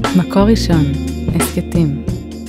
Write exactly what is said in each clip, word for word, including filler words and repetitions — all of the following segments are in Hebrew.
מקור ראשון, הסקטים.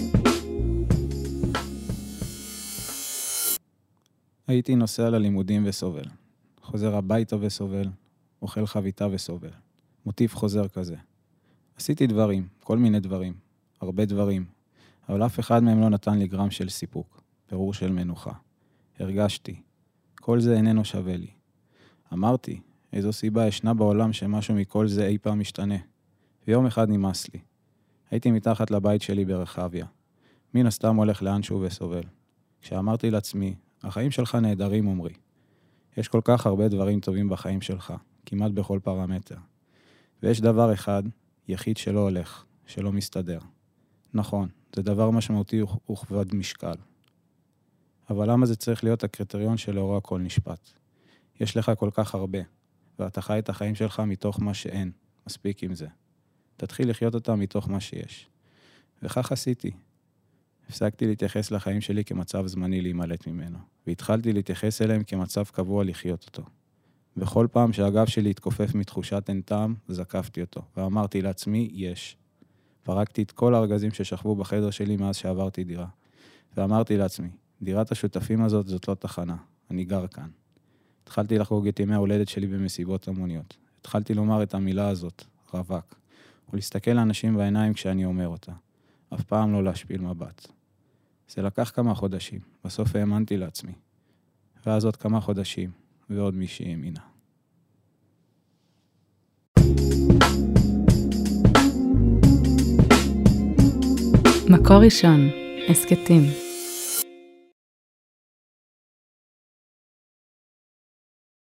הייתי נוסע ללימודים וסובל. חוזר הביתה וסובל. אוכל חביתה וסובל. מוטיב חוזר כזה. עשיתי דברים, כל מיני דברים, הרבה דברים, אבל אף אחד מהם לא נתן לי גרם של סיפוק, פירור של מנוחה. הרגשתי, כל זה איננו שווה לי. אמרתי, איזו סיבה ישנה בעולם שמשהו מכל זה אי פעם משתנה. ויום אחד נמאס לי. הייתי מתחת לבית שלי ברחביה. מן הסתם הולך לאנשהו וסובל. כשאמרתי לעצמי, החיים שלך נהדרים, אומרי. יש כל כך הרבה דברים טובים בחיים שלך, כמעט בכל פרמטר. ויש דבר אחד, יחיד שלא הולך, שלא מסתדר. נכון, זה דבר משמעותי וכבד משקל. אבל למה זה צריך להיות הקריטריון שלאורו הכל נשפט? יש לך כל כך הרבה, ואתה חי את החיים שלך מתוך מה שאין, מספיק עם זה. תתחיל לחיות אותה מתוך מה שיש. וכך עשיתי. הפסקתי להתייחס לחיים שלי כמצב זמני להימלט ממנו, והתחלתי להתייחס אליהם כמצב קבוע לחיות אותו. בכל פעם שהגב שלי התכופף מתחושת אין טעם, זקפתי אותו, ואמרתי לעצמי, יש. פרקתי את כל הארגזים ששכבו בחדר שלי מאז שעברתי דירה. ואמרתי לעצמי, דירת השותפים הזאת זאת לא תחנה, אני גר כאן. התחלתי לחגוג את ימי ההולדת שלי במסיבות המוניות. התחלתי לומר את המילה הזאת, רווק, ולהסתכל לאנשים בעיניים כשאני אומר אותה. אף פעם לא להשפיל מבט. זה לקח כמה חודשים, בסוף האמנתי לעצמי. ואז עוד כמה חודשים, ועוד מישהי האמינה. מקור ראשון, הסקטים.